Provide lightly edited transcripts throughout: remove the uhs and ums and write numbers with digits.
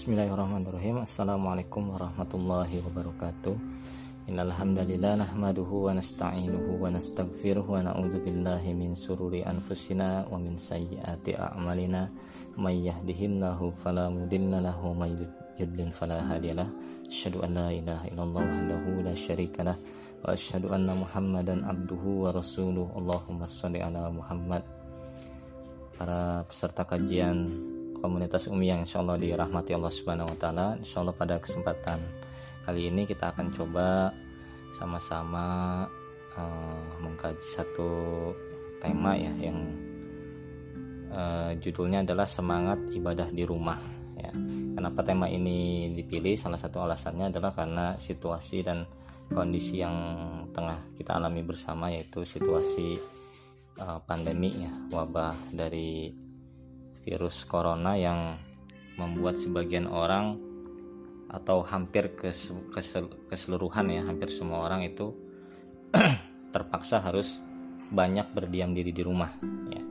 Bismillahirrahmanirrahim. Assalamualaikum warahmatullahi wabarakatuh. Innal hamdalillah nahmaduhu wa nasta'inuhu wa nastaghfiruh wa na'udzu billahi min sururi anfusina wa min sayyiati a'malina. May yahdihillahu fala mudilla lahu wa may yudlil fala hadiyalah. Asyhadu an la ilaha illallah wahdahu la syarikalah wa asyhadu anna Muhammadan abduhu wa rasuluh. Allahumma shalli ala Muhammad. Para peserta kajian komunitas Umi yang insyaallah dirahmati Allah Subhanahu wa taala, insyaallah pada kesempatan kali ini kita akan coba sama-sama mengkaji satu tema ya yang judulnya adalah semangat ibadah di rumah ya. Kenapa tema ini dipilih? Salah satu alasannya adalah karena situasi dan kondisi yang tengah kita alami bersama, yaitu situasi pandemi ya, wabah dari virus corona yang membuat sebagian orang atau hampir keseluruhan ya, hampir semua orang itu terpaksa harus banyak berdiam diri di rumah ya.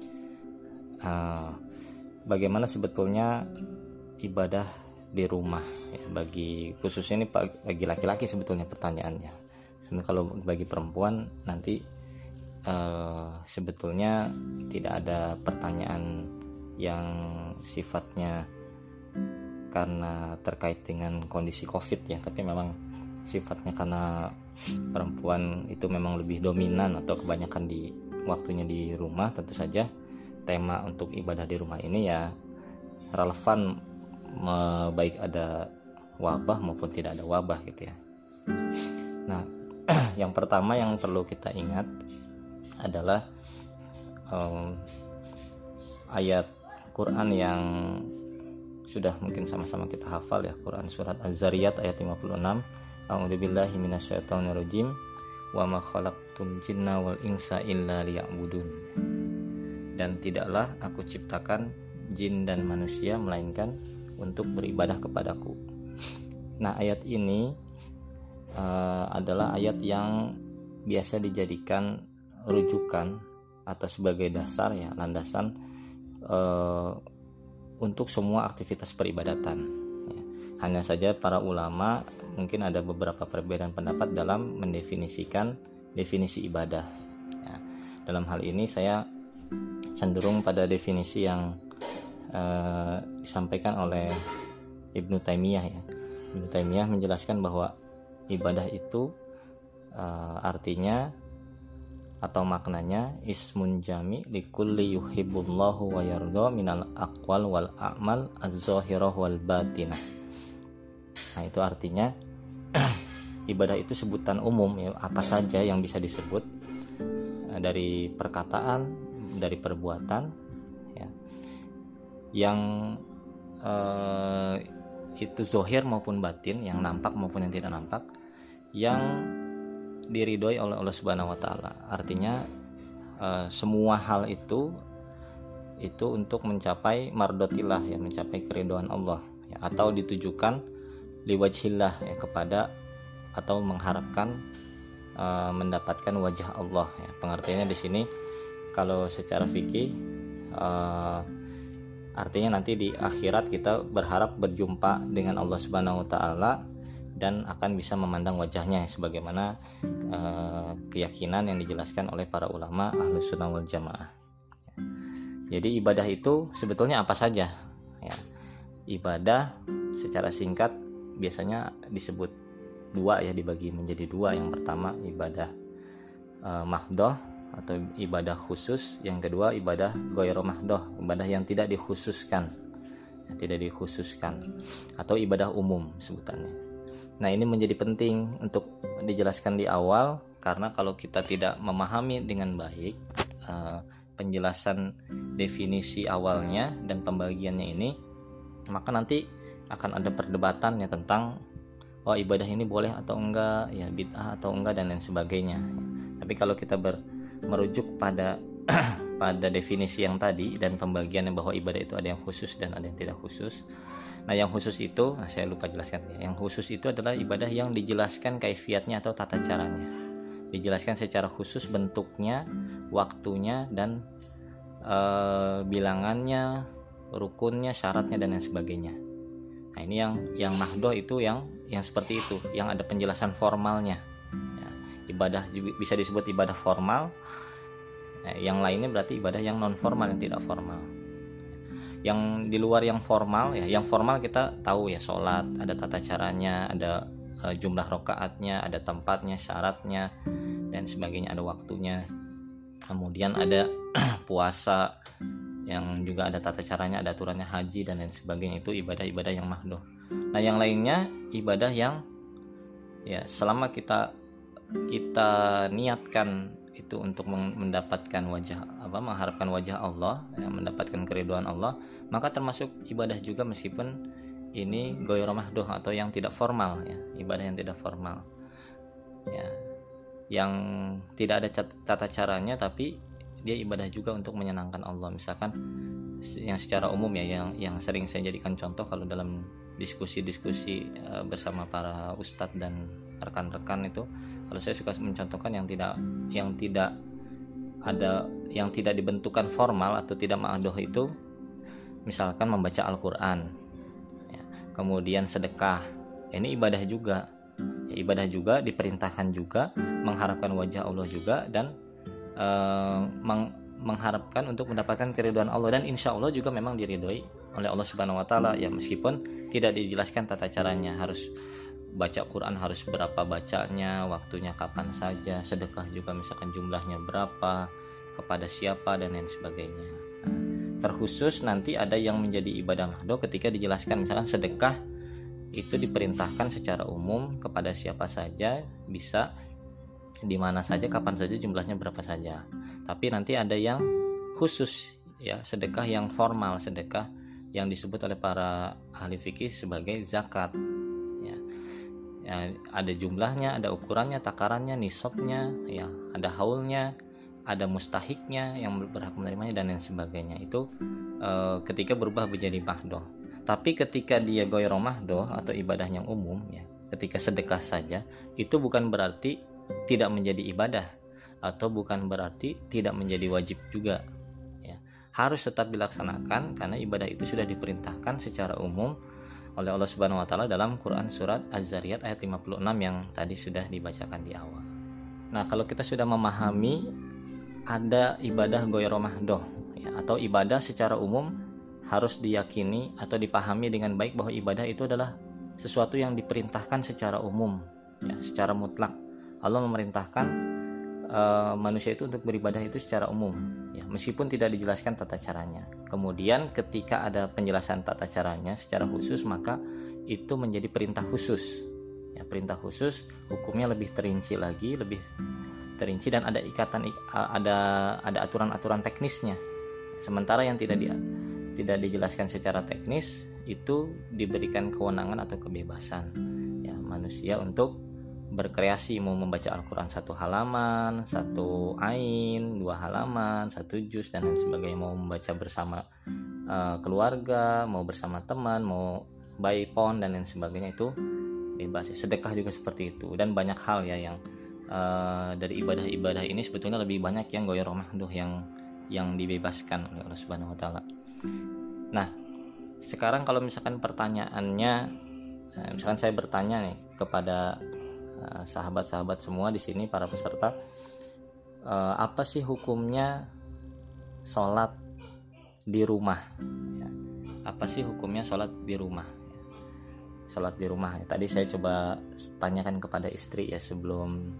Bagaimana sebetulnya ibadah di rumah ya, bagi khususnya ini bagi laki-laki sebetulnya pertanyaannya. Sebenarnya kalau bagi perempuan nanti sebetulnya tidak ada pertanyaan yang sifatnya karena terkait dengan kondisi COVID ya, tapi memang sifatnya karena perempuan itu memang lebih dominan atau kebanyakan di waktunya di rumah. Tentu saja tema untuk ibadah di rumah ini ya relevan baik ada wabah maupun tidak ada wabah gitu ya. Nah, yang pertama yang perlu kita ingat adalah ayat Quran yang sudah mungkin sama-sama kita hafal ya, Quran surat Az-Zariyat ayat 56. A'udzubillahi minasyaitonirrajim. Wa ma khalaqtul jinna wal insa illa liya'budun. Dan tidaklah aku ciptakan jin dan manusia melainkan untuk beribadah kepadaku. Nah, ayat ini adalah ayat yang biasa dijadikan rujukan atau sebagai dasar ya, landasan untuk semua aktivitas peribadatan ya. Hanya saja para ulama mungkin ada beberapa perbedaan pendapat dalam mendefinisikan definisi ibadah ya. Dalam hal ini saya cenderung pada definisi yang disampaikan oleh Ibnu Taimiyah ya. Ibnu Taimiyah menjelaskan bahwa ibadah itu artinya atau maknanya ismun jami likulli yuhibbullahu wa yardha minal aqwal wal a'mal az-zahirah wal batinah. Nah, itu artinya ibadah itu sebutan umum ya, apa saja yang bisa disebut dari perkataan, dari perbuatan ya, yang itu zahir maupun batin, yang nampak maupun yang tidak nampak, yang diridhoi oleh Allah Subhanahu wa taala. Artinya semua hal itu untuk mencapai mardotillah ya, mencapai keridhaan Allah ya, atau ditujukan liwajhillah ya, kepada atau mengharapkan mendapatkan wajah Allah ya. Pengertiannya di sini kalau secara fikih artinya nanti di akhirat kita berharap berjumpa dengan Allah Subhanahu wa taala dan akan bisa memandang wajahnya sebagaimana keyakinan yang dijelaskan oleh para ulama Ahlus Sunnah wal Jamaah. Jadi ibadah itu sebetulnya apa saja ya. Ibadah secara singkat biasanya disebut dua ya, dibagi menjadi dua. Yang pertama ibadah mahdoh atau ibadah khusus, yang kedua ibadah ghairu mahdoh, ibadah yang tidak dikhususkan atau ibadah umum sebutannya. Nah, ini menjadi penting untuk dijelaskan di awal, karena kalau kita tidak memahami dengan baik penjelasan definisi awalnya dan pembagiannya ini, maka nanti akan ada perdebatan ya tentang ibadah ini boleh atau enggak ya, bid'ah atau enggak dan lain sebagainya. Tapi kalau kita merujuk pada definisi yang tadi dan pembagiannya bahwa ibadah itu ada yang khusus dan ada yang tidak khusus. Nah, yang khusus itu, saya lupa jelaskan ya. Yang khusus itu adalah ibadah yang dijelaskan kaifiatnya atau tata caranya. Dijelaskan secara khusus bentuknya, waktunya, dan bilangannya, rukunnya, syaratnya, dan lain sebagainya. Nah, ini yang mahdoh itu yang seperti itu, yang ada penjelasan formalnya. Ya, ibadah juga bisa disebut ibadah formal. Nah, yang lainnya berarti ibadah yang non formal, yang tidak formal. Yang di luar yang formal ya, yang formal kita tahu ya, sholat ada tata caranya, ada jumlah rakaatnya, ada tempatnya, syaratnya dan sebagainya, ada waktunya. Kemudian ada puasa yang juga ada tata caranya, ada aturannya, haji dan lain sebagainya. Itu ibadah-ibadah yang mahdoh. Nah, yang lainnya ibadah yang ya selama kita niatkan itu untuk mendapatkan mengharapkan wajah Allah, ya, mendapatkan keridhaan Allah, maka termasuk ibadah juga meskipun ini ghairu mahdoh atau yang tidak formal ya, ibadah yang tidak formal. Ya, yang tidak ada tata caranya tapi dia ibadah juga untuk menyenangkan Allah. Misalkan yang secara umum ya, yang sering saya jadikan contoh kalau dalam diskusi-diskusi bersama para ustadz dan rekan-rekan itu, kalau saya suka mencontohkan yang tidak dibentukkan formal atau tidak mahdoh itu, misalkan membaca Al-Quran ya, kemudian sedekah, ini ibadah juga ya, ibadah juga, diperintahkan juga, mengharapkan wajah Allah juga, dan mengharapkan untuk mendapatkan keridhaan Allah, dan insya Allah juga memang diridhoi oleh Allah Subhanahu Wa Taala ya, meskipun tidak dijelaskan tata caranya, harus baca Quran harus berapa bacanya, waktunya kapan saja, sedekah juga misalkan jumlahnya berapa, kepada siapa dan lain sebagainya. Terkhusus nanti ada yang menjadi ibadah mahdoh ketika dijelaskan, misalkan sedekah itu diperintahkan secara umum kepada siapa saja, bisa di mana saja, kapan saja, jumlahnya berapa saja. Tapi nanti ada yang khusus ya, sedekah yang formal, sedekah yang disebut oleh para ahli fikih sebagai zakat ya. Ya, ada jumlahnya, ada ukurannya, takarannya, nisabnya ya, ada haulnya, ada mustahiknya yang berhak menerimanya dan lain sebagainya. Itu ketika berubah menjadi mahdoh. Tapi ketika dia ghairu mahdoh atau ibadah yang umum ya, ketika sedekah saja, itu bukan berarti tidak menjadi ibadah atau bukan berarti tidak menjadi wajib juga ya. Harus tetap dilaksanakan karena ibadah itu sudah diperintahkan secara umum oleh Allah Subhanahu Wa Taala dalam Quran surat Az-Zariyat ayat 56 yang tadi sudah dibacakan di awal. Nah, kalau kita sudah memahami ada ibadah ghairu mahdoh ya, atau ibadah secara umum, harus diyakini atau dipahami dengan baik bahwa ibadah itu adalah sesuatu yang diperintahkan secara umum ya, secara mutlak. Allah memerintahkan manusia itu untuk beribadah itu secara umum ya, meskipun tidak dijelaskan tata caranya. Kemudian ketika ada penjelasan tata caranya secara khusus, maka itu menjadi perintah khusus ya, perintah khusus, hukumnya lebih terinci lagi, lebih terinci, dan ada ada aturan-aturan teknisnya. Sementara yang tidak dijelaskan secara teknis itu diberikan kewenangan atau kebebasan ya, manusia untuk berkreasi, mau membaca Al-Quran 1 halaman, 1 ain, 2 halaman, 1 juz dan lain sebagainya, mau membaca bersama keluarga, mau bersama teman, mau by phone dan lain sebagainya, itu bebas ya. Sedekah juga seperti itu, dan banyak hal ya yang dari ibadah-ibadah ini sebetulnya lebih banyak yang ghairu mahdoh, yang dibebaskan oleh Allah Subhanahu Wa Taala. Nah, sekarang kalau misalkan pertanyaannya, misalkan saya bertanya nih kepada sahabat-sahabat semua di sini, para peserta, apa sih hukumnya sholat di rumah ya? Apa sih hukumnya sholat di rumah? Sholat di rumah ya. Tadi saya coba tanyakan kepada istri ya sebelum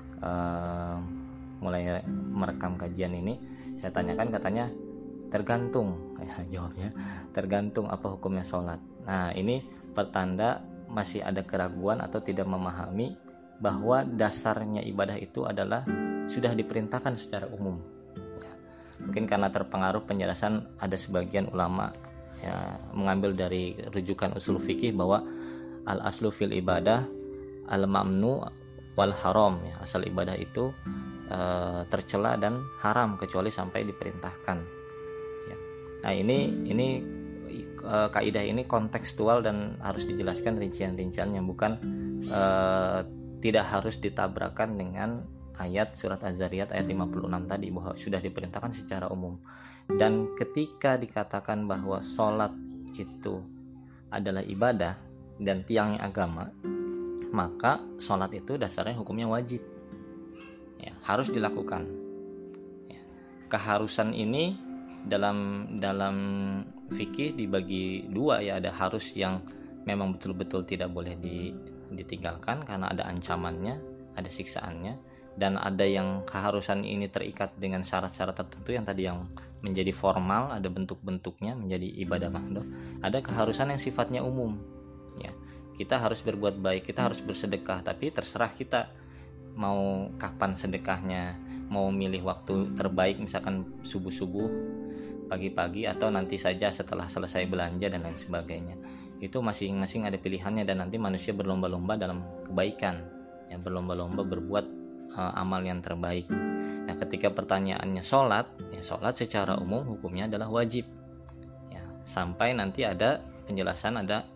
mulai merekam kajian ini, saya tanyakan, katanya tergantung ya, jawabnya tergantung apa hukumnya sholat. Nah, ini pertanda masih ada keraguan atau tidak memahami bahwa dasarnya ibadah itu adalah sudah diperintahkan secara umum ya. Mungkin karena terpengaruh penjelasan ada sebagian ulama ya, mengambil dari rujukan usul fikih bahwa al aslu fil ibadah al mamnu wal haram ya, asal ibadah itu tercela dan haram kecuali sampai diperintahkan ya. Nah, ini kaidah ini kontekstual dan harus dijelaskan rincian-rinciannya, bukan tidak harus ditabrakan dengan ayat surat Az-Zariyat ayat 56 tadi bahwa sudah diperintahkan secara umum. Dan ketika dikatakan bahwa sholat itu adalah ibadah dan tiangnya agama, maka sholat itu dasarnya hukumnya wajib, ya, harus dilakukan. Ya. Keharusan ini dalam fikih dibagi dua, ya, ada harus yang memang betul-betul tidak boleh ditinggalkan karena ada ancamannya, ada siksaannya, dan ada yang keharusan ini terikat dengan syarat-syarat tertentu yang tadi yang menjadi formal, ada bentuk-bentuknya menjadi ibadah mahdoh. Ada keharusan yang sifatnya umum, ya, kita harus berbuat baik, kita harus bersedekah, tapi terserah kita mau kapan sedekahnya, mau milih waktu terbaik misalkan subuh-subuh, pagi-pagi, atau nanti saja setelah selesai belanja dan lain sebagainya. Itu masing-masing ada pilihannya, dan nanti manusia berlomba-lomba dalam kebaikan, ya, berlomba-lomba berbuat amal yang terbaik. Nah, ketika pertanyaannya sholat, ya, sholat secara umum hukumnya adalah wajib, ya, sampai nanti ada penjelasan, ada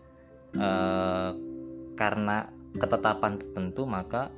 karena ketetapan tertentu maka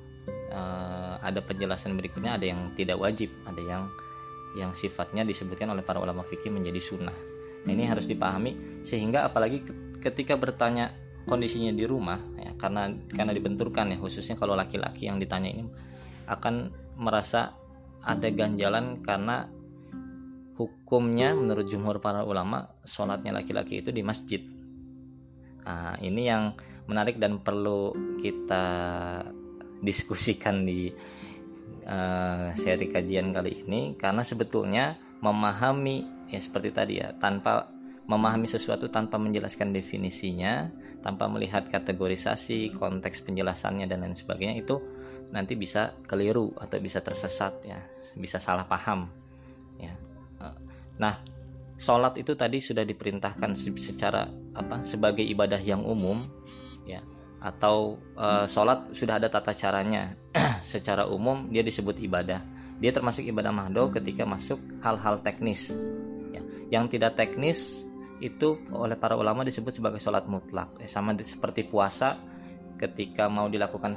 ada penjelasan berikutnya, ada yang tidak wajib, ada yang sifatnya disebutkan oleh para ulama fikih menjadi sunnah. Nah, ini harus dipahami, sehingga apalagi ketika bertanya kondisinya di rumah, ya, karena dibenturkan, ya, khususnya kalau laki-laki yang ditanya ini akan merasa ada ganjalan karena hukumnya menurut jumhur para ulama sholatnya laki-laki itu di masjid. Nah, ini yang menarik dan perlu kita diskusikan di seri kajian kali ini, karena sebetulnya memahami, ya, seperti tadi, ya, tanpa memahami sesuatu tanpa menjelaskan definisinya, tanpa melihat kategorisasi, konteks penjelasannya dan lain sebagainya, itu nanti bisa keliru atau bisa tersesat, ya, bisa salah paham, ya. Nah, sholat itu tadi sudah diperintahkan secara sebagai ibadah yang umum, ya, atau sholat sudah ada tata caranya. Secara umum dia disebut ibadah. Dia termasuk ibadah mahdoh ketika masuk hal-hal teknis, ya. Yang tidak teknis itu oleh para ulama disebut sebagai sholat mutlak, ya, sama seperti puasa, ketika mau dilakukan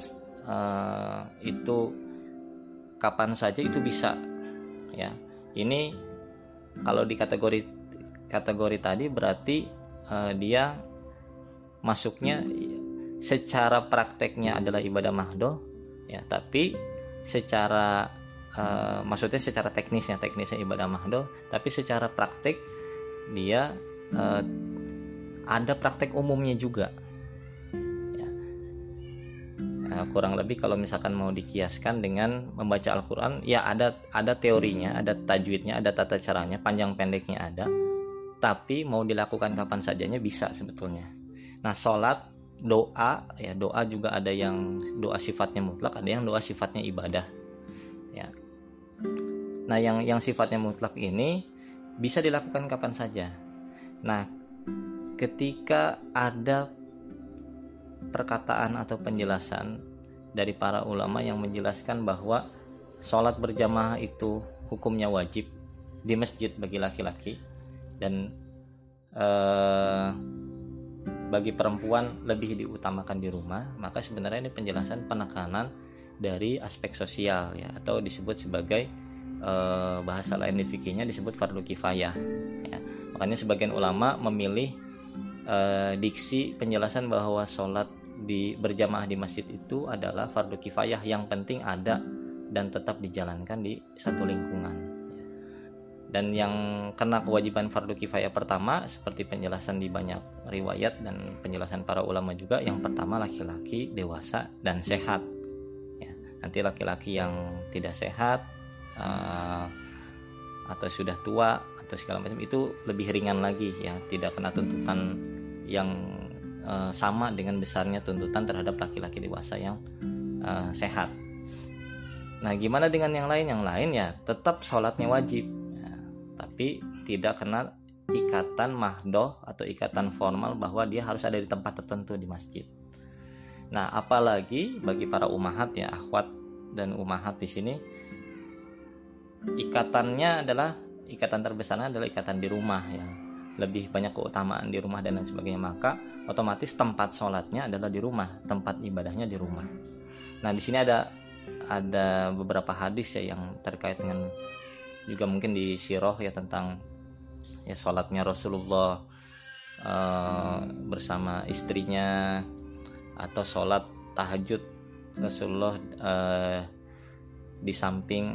itu kapan saja itu bisa, ya. Ini kalau di kategori tadi berarti dia masuknya secara prakteknya adalah ibadah mahdoh, ya, tapi secara maksudnya secara teknisnya ibadah mahdoh, tapi secara praktek dia ada praktek umumnya juga, ya. Kurang lebih kalau misalkan mau dikiaskan dengan membaca Al-Quran, ya, ada teorinya, ada tajwidnya, ada tata caranya, panjang pendeknya ada, tapi mau dilakukan kapan sajanya bisa sebetulnya. Nah, sholat, doa, ya, doa juga ada yang doa sifatnya mutlak, ada yang doa sifatnya ibadah, ya. Nah, yang sifatnya mutlak ini bisa dilakukan kapan saja. Nah, ketika ada perkataan atau penjelasan dari para ulama yang menjelaskan bahwa sholat berjamaah itu hukumnya wajib di masjid bagi laki-laki, dan bagi perempuan lebih diutamakan di rumah, maka sebenarnya ini penjelasan penekanan dari aspek sosial, ya, atau disebut sebagai bahasa lain di fikihnya disebut fardu kifayah, ya. Makanya sebagian ulama memilih diksi penjelasan bahwa sholat berjamaah di masjid itu adalah fardu kifayah, yang penting ada dan tetap dijalankan di satu lingkungan. Dan yang kena kewajiban fardu kifayah pertama, seperti penjelasan di banyak riwayat dan penjelasan para ulama juga, yang pertama laki-laki dewasa dan sehat, ya. Nanti laki-laki yang tidak sehat atau sudah tua atau segala macam itu lebih ringan lagi, ya, tidak kena tuntutan yang sama dengan besarnya tuntutan terhadap laki-laki dewasa yang sehat. Nah, gimana dengan yang lain? Yang lain, ya, tetap sholatnya wajib, ya, tapi tidak kena ikatan mahdoh atau ikatan formal bahwa dia harus ada di tempat tertentu di masjid. Nah, apalagi bagi para umahat, ya, akhwat dan umahat di sini, ikatannya adalah ikatan terbesarnya adalah ikatan di rumah, yang lebih banyak keutamaan di rumah dan lain sebagainya, maka otomatis tempat sholatnya adalah di rumah, tempat ibadahnya di rumah. Nah, di sini ada beberapa hadis, ya, yang terkait dengan juga mungkin di sirah, ya, tentang, ya, sholatnya Rasulullah bersama istrinya, atau sholat tahajud Rasulullah di samping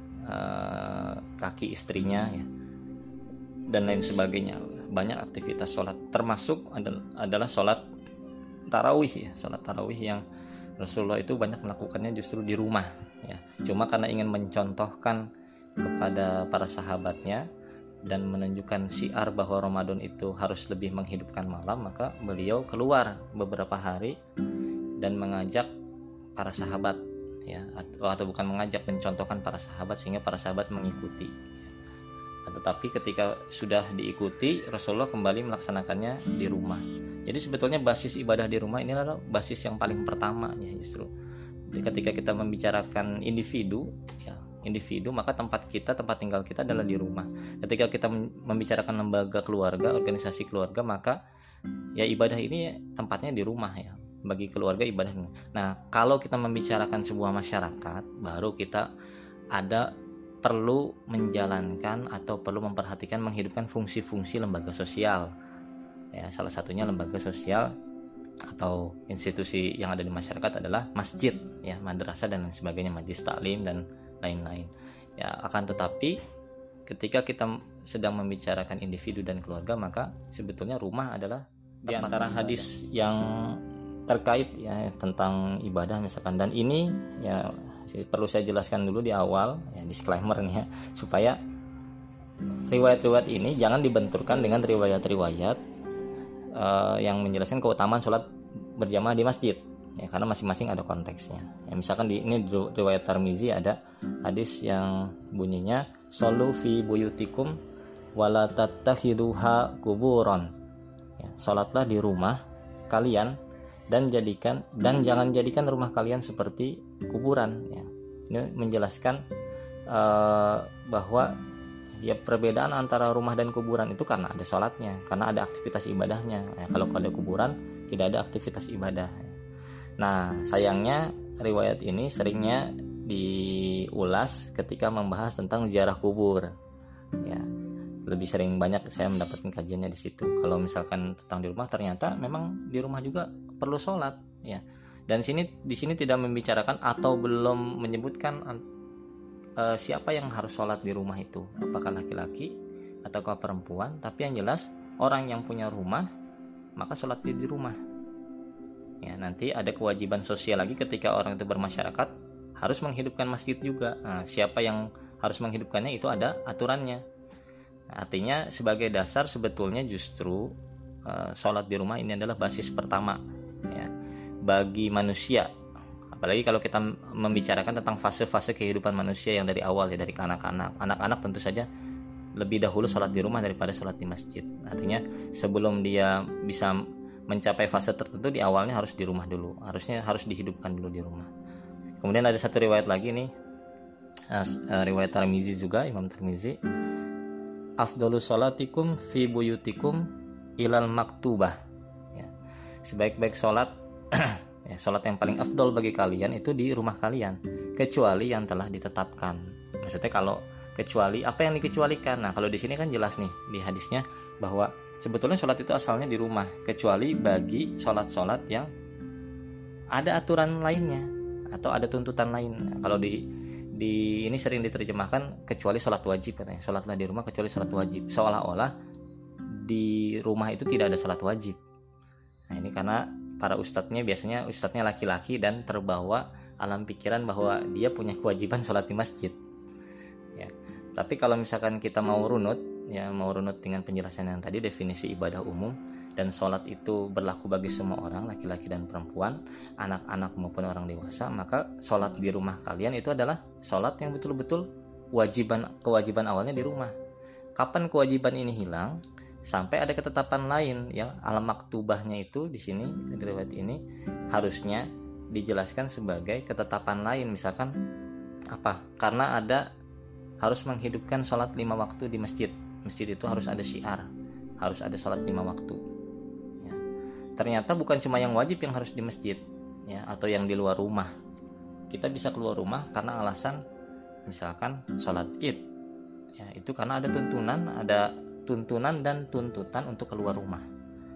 kaki istrinya, ya, dan lain sebagainya. Banyak aktivitas sholat, termasuk adalah sholat tarawih, ya, sholat tarawih yang Rasulullah itu banyak melakukannya justru di rumah, ya. Cuma karena ingin mencontohkan kepada para sahabatnya dan menunjukkan syiar bahwa Ramadan itu harus lebih menghidupkan malam, maka beliau keluar beberapa hari dan mengajak para sahabat, ya, atau bukan mengajak, mencontohkan para sahabat sehingga para sahabat mengikuti. Tetapi ketika sudah diikuti, Rasulullah kembali melaksanakannya di rumah. Jadi sebetulnya basis ibadah di rumah ini adalah basis yang paling pertama, ya, justru. Jadi ketika kita membicarakan individu, ya, maka tempat tinggal kita adalah di rumah. Ketika kita membicarakan lembaga keluarga, organisasi keluarga, maka ya ibadah ini tempatnya di rumah, ya. Bagi keluarga ibadah. Nah, kalau kita membicarakan sebuah masyarakat, baru kita perlu menjalankan atau perlu memperhatikan menghidupkan fungsi-fungsi lembaga sosial. Ya, salah satunya lembaga sosial atau institusi yang ada di masyarakat adalah masjid, ya, madrasah dan lain sebagainya, majelis taklim dan lain-lain. Ya, akan tetapi ketika kita sedang membicarakan individu dan keluarga, maka sebetulnya rumah adalah di antara hadis yang terkait, ya, tentang ibadah misalkan. Dan ini, ya, perlu saya jelaskan dulu di awal, ya, disclaimer nih, ya, supaya riwayat-riwayat ini jangan dibenturkan dengan riwayat-riwayat yang menjelaskan keutamaan sholat berjamaah di masjid, ya, karena masing-masing ada konteksnya. Ya, misalkan ini riwayat Tirmizi ada hadis yang bunyinya shollu fi buyutikum wala tattakhiduha kuburon, ya, sholatlah di rumah kalian dan jangan jadikan rumah kalian seperti kuburan, ya. Ini menjelaskan bahwa, ya, perbedaan antara rumah dan kuburan itu karena ada sholatnya, karena ada aktivitas ibadahnya, ya. Kalau ada kuburan tidak ada aktivitas ibadah. Nah, sayangnya riwayat ini seringnya diulas ketika membahas tentang ziarah kubur, ya. Lebih sering, banyak saya mendapatkan kajiannya di situ. Kalau misalkan tentang di rumah, ternyata memang di rumah juga perlu sholat, ya. Dan di sini tidak membicarakan atau belum menyebutkan siapa yang harus sholat di rumah itu, apakah laki-laki ataukah perempuan. Tapi yang jelas orang yang punya rumah maka sholat di rumah. Ya, nanti ada kewajiban sosial lagi ketika orang itu bermasyarakat harus menghidupkan masjid juga. Nah, siapa yang harus menghidupkannya itu ada aturannya. Artinya sebagai dasar sebetulnya justru sholat di rumah ini adalah basis pertama, ya, bagi manusia. Apalagi kalau kita membicarakan tentang fase-fase kehidupan manusia yang dari awal, ya, dari anak-anak tentu saja lebih dahulu sholat di rumah daripada sholat di masjid. Artinya sebelum dia bisa mencapai fase tertentu, di awalnya harus di rumah dulu, harus dihidupkan dulu di rumah. Kemudian ada satu riwayat lagi nih, riwayat Tirmizi juga, Imam Tirmizi, afdhalus sholatikum fi buyutikum ilal maktubah, ya, sebaik-baik sholat ya, sholat yang paling afdol bagi kalian itu di rumah kalian, kecuali yang telah ditetapkan. Maksudnya kalau kecuali, apa yang dikecualikan? Nah, kalau di sini kan jelas nih di hadisnya bahwa sebetulnya sholat itu asalnya di rumah, kecuali bagi sholat-sholat yang ada aturan lainnya atau ada tuntutan lain. Nah, kalau di ini sering diterjemahkan kecuali sholat wajib, katanya sholatlah di rumah kecuali sholat wajib, seolah-olah di rumah itu tidak ada sholat wajib. Nah, ini karena para ustadznya biasanya laki-laki dan terbawa alam pikiran bahwa dia punya kewajiban sholat di masjid, ya. Tapi kalau misalkan kita mau runut dengan penjelasan yang tadi, definisi ibadah umum, dan sholat itu berlaku bagi semua orang, laki-laki dan perempuan, anak-anak maupun orang dewasa, maka sholat di rumah kalian itu adalah sholat yang betul-betul kewajiban awalnya di rumah. Kapan kewajiban ini hilang? Sampai ada ketetapan lain yang alam maktubahnya itu di sini, di riwayat ini harusnya dijelaskan sebagai ketetapan lain. Misalkan apa? Karena harus menghidupkan sholat 5 waktu di masjid. Masjid itu harus ada syiar, harus ada sholat 5 waktu. Ya. Ternyata bukan cuma yang wajib yang harus di masjid, ya, atau yang di luar rumah. Kita bisa keluar rumah karena alasan misalkan sholat id, ya, itu karena ada tuntunan dan tuntutan untuk keluar rumah.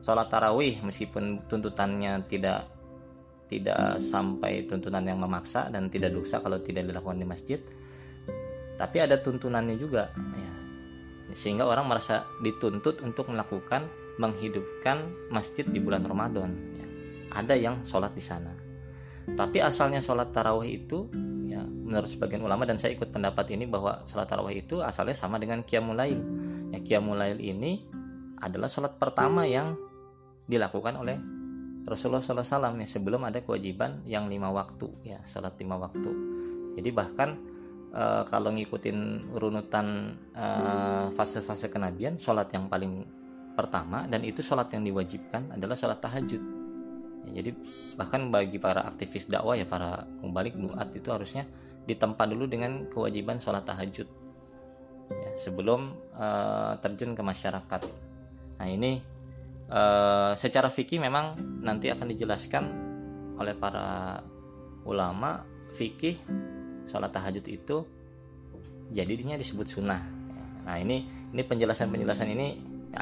sholat tarawih meskipun tuntutannya tidak sampai tuntunan yang memaksa dan tidak dosa kalau tidak dilakukan di masjid, tapi ada tuntunannya juga ya. Sehingga orang merasa dituntut untuk menghidupkan masjid di bulan Ramadan ya. Ada yang sholat di sana. Tapi asalnya sholat tarawih itu ya, menurut sebagian ulama, dan saya ikut pendapat ini, bahwa sholat tarawih itu asalnya sama dengan qiyamul lail ya. Qiyamul lail ini adalah sholat pertama yang dilakukan oleh Rasulullah SAW ya, sebelum ada kewajiban yang 5 waktu ya, sholat 5 waktu. Jadi bahkan kalau ngikutin runutan fase-fase kenabian, sholat yang paling pertama dan itu sholat yang diwajibkan adalah sholat tahajud ya. Jadi bahkan bagi para aktivis dakwah ya, para mubalik duat, itu harusnya ditempa dulu dengan kewajiban sholat tahajud ya, sebelum terjun ke masyarakat. Nah ini secara fikih memang nanti akan dijelaskan oleh para ulama fikih, sholat tahajud itu jadinya disebut sunnah. Nah ini penjelasan ini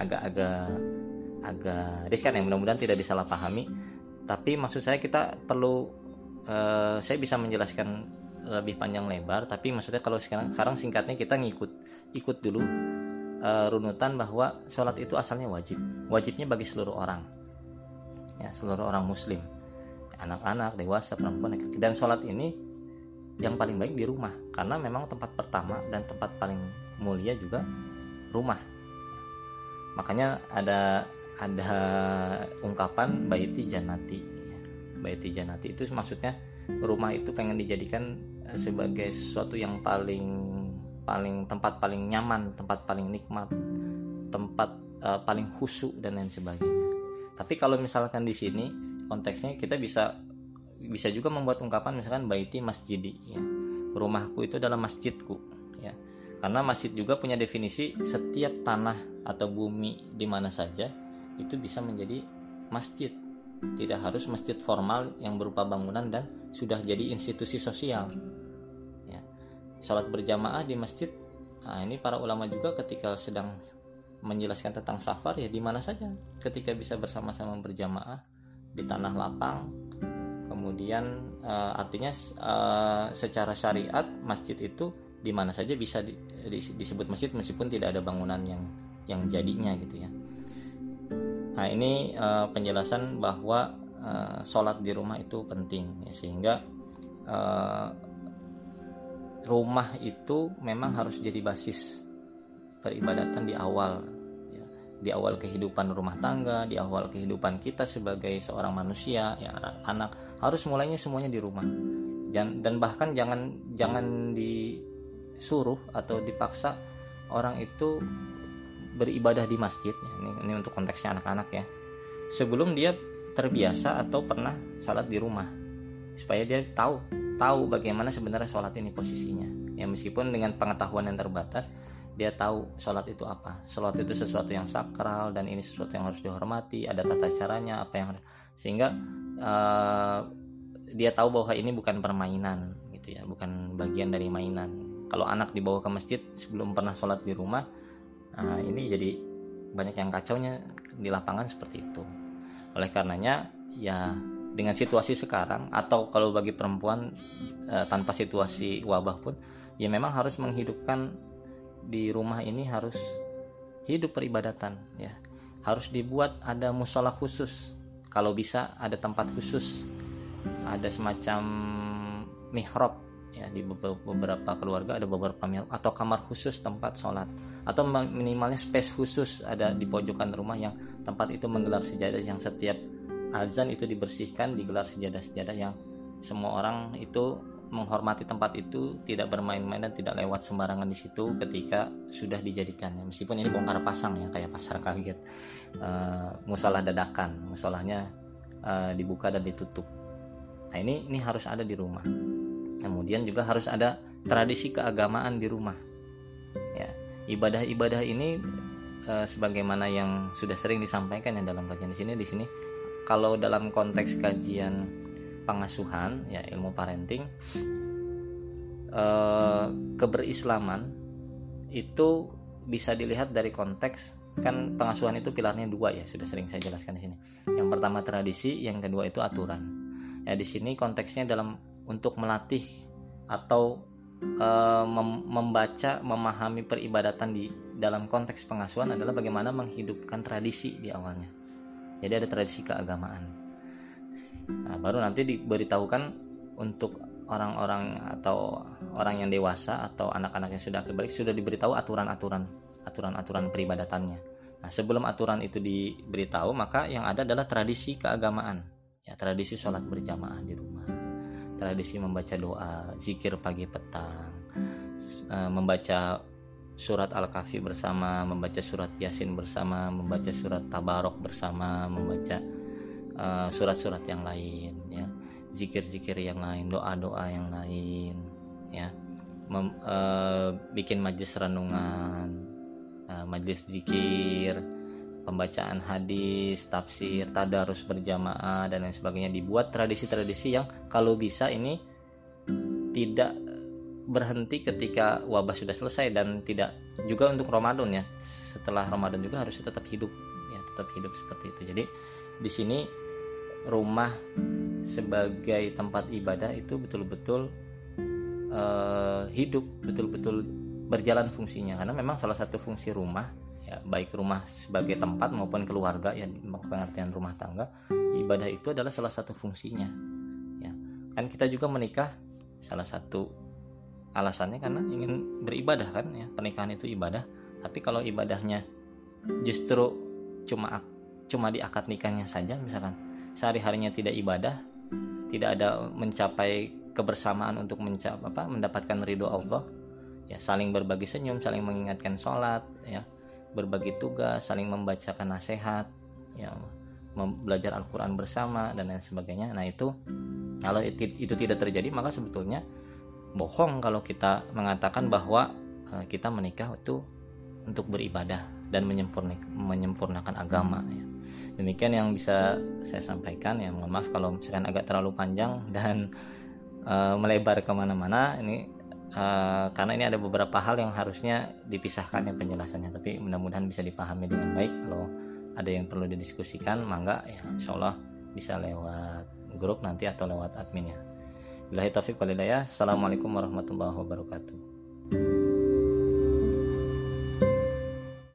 agak riskan ya, mudah-mudahan tidak disalahpahami. Tapi maksud saya kita perlu saya bisa menjelaskan lebih panjang lebar, tapi maksudnya kalau sekarang singkatnya kita ikut dulu runutan bahwa sholat itu asalnya wajibnya bagi seluruh orang ya, seluruh orang muslim, anak-anak, dewasa, perempuan, dan sholat ini yang paling baik di rumah, karena memang tempat pertama dan tempat paling mulia juga rumah. Makanya ada ungkapan baiti janati. Baiti janati itu maksudnya rumah itu pengen dijadikan sebagai sesuatu yang tempat paling nyaman, tempat paling nikmat, tempat paling khusyuk dan lain sebagainya. Tapi kalau misalkan di sini konteksnya kita bisa juga membuat ungkapan misalkan baiti masjidi ya. Rumahku itu adalah masjidku ya. Karena masjid juga punya definisi, setiap tanah atau bumi di mana saja itu bisa menjadi masjid. Tidak harus masjid formal yang berupa bangunan dan sudah jadi institusi sosial. Ya. Salat berjamaah di masjid. Nah, ini para ulama juga ketika sedang menjelaskan tentang safar ya, di mana saja ketika bisa bersama-sama berjamaah di tanah lapang. Kemudian artinya secara syariat masjid itu di mana saja bisa disebut masjid meskipun tidak ada bangunan yang jadinya gitu ya. Nah ini penjelasan bahwa sholat di rumah itu penting ya, sehingga rumah itu memang harus jadi basis peribadatan di awal ya, di awal kehidupan rumah tangga, di awal kehidupan kita sebagai seorang manusia ya, anak-anak harus mulainya semuanya di rumah. Dan bahkan jangan disuruh atau dipaksa orang itu beribadah di masjid ya. Ini untuk konteksnya anak-anak ya, sebelum dia terbiasa atau pernah sholat di rumah, supaya dia tahu bagaimana sebenarnya sholat ini posisinya ya. Meskipun dengan pengetahuan yang terbatas, dia tahu sholat itu apa. Sholat itu sesuatu yang sakral dan ini sesuatu yang harus dihormati, ada tata caranya apa yang sehingga dia tahu bahwa ini bukan permainan gitu ya, bukan bagian dari mainan. Kalau anak dibawa ke masjid sebelum pernah sholat di rumah, nah ini jadi banyak yang kacaunya di lapangan seperti itu. Oleh karenanya ya, dengan situasi sekarang atau kalau bagi perempuan tanpa situasi wabah pun ya, memang harus menghidupkan di rumah ini, harus hidup peribadatan ya. Harus dibuat ada musola khusus, kalau bisa ada tempat khusus, ada semacam mihrab ya, di beberapa keluarga ada beberapa mihrab atau kamar khusus tempat sholat, atau minimalnya space khusus ada di pojokan rumah yang tempat itu menggelar sejadah, yang setiap azan itu dibersihkan, digelar sejadah-sejadah yang semua orang itu menghormati tempat itu, tidak bermain-main dan tidak lewat sembarangan di situ ketika sudah dijadikan ya. Meskipun ini bongkar pasang ya, kayak pasar kaget, musola dadakan, musolahnya dibuka dan ditutup. Nah ini harus ada di rumah. Kemudian juga harus ada tradisi keagamaan di rumah ya. Ibadah-ibadah ini sebagaimana yang sudah sering disampaikan ya dalam kajian di sini kalau dalam konteks kajian pengasuhan ya, ilmu parenting, keberislaman itu bisa dilihat dari konteks kan pengasuhan itu pilarnya dua ya, sudah sering saya jelaskan di sini. Yang pertama tradisi, yang kedua itu aturan. Ya di sini konteksnya dalam untuk melatih atau membaca, memahami peribadatan di dalam konteks pengasuhan adalah bagaimana menghidupkan tradisi di awalnya. Jadi ada tradisi keagamaan. Nah, baru nanti diberitahukan untuk orang-orang atau orang yang dewasa atau anak-anak yang sudah akil balik sudah diberitahu aturan peribadatannya. Nah, sebelum aturan itu diberitahu, maka yang ada adalah tradisi keagamaan. Ya, tradisi sholat berjamaah di rumah, tradisi membaca doa, zikir pagi petang, membaca surat Al-Kahfi bersama, membaca surat Yasin bersama, membaca surat Tabarok bersama, membaca surat-surat yang lain, ya, zikir-zikir yang lain, doa-doa yang lain, ya, bikin majlis renungan, majlis zikir, pembacaan hadis, tafsir, tadarus berjamaah dan lain sebagainya. Dibuat tradisi-tradisi yang kalau bisa ini tidak berhenti ketika wabah sudah selesai, dan tidak juga untuk Ramadan ya. Setelah Ramadan juga harus tetap hidup ya, tetap hidup seperti itu. Jadi di sini rumah sebagai tempat ibadah itu betul-betul hidup, betul-betul berjalan fungsinya, karena memang salah satu fungsi rumah ya, baik rumah sebagai tempat maupun keluarga ya, pengertian rumah tangga, ibadah itu adalah salah satu fungsinya ya. Kan kita juga menikah salah satu alasannya karena ingin beribadah kan ya, pernikahan itu ibadah. Tapi kalau ibadahnya justru cuma di akad nikahnya saja, misalkan sehari-harinya tidak ibadah, tidak ada mencapai kebersamaan untuk mendapatkan ridho Allah ya, saling berbagi senyum, saling mengingatkan sholat ya, berbagi tugas, saling membacakan nasihat ya, belajar Al-Quran bersama dan lain sebagainya. Nah itu kalau itu tidak terjadi, maka sebetulnya bohong kalau kita mengatakan bahwa kita menikah itu untuk beribadah dan menyempurnakan agama ya. Demikian yang bisa saya sampaikan ya. Mohon maaf kalau misalkan agak terlalu panjang dan melebar kemana-mana ini, karena ini ada beberapa hal yang harusnya dipisahkan ya penjelasannya, tapi mudah-mudahan bisa dipahami dengan baik. Kalau ada yang perlu didiskusikan, mangga ya, insyaallah bisa lewat grup nanti atau lewat adminnya. Billahi taufiq wal hidayah. Assalamualaikum warahmatullahi wabarakatuh.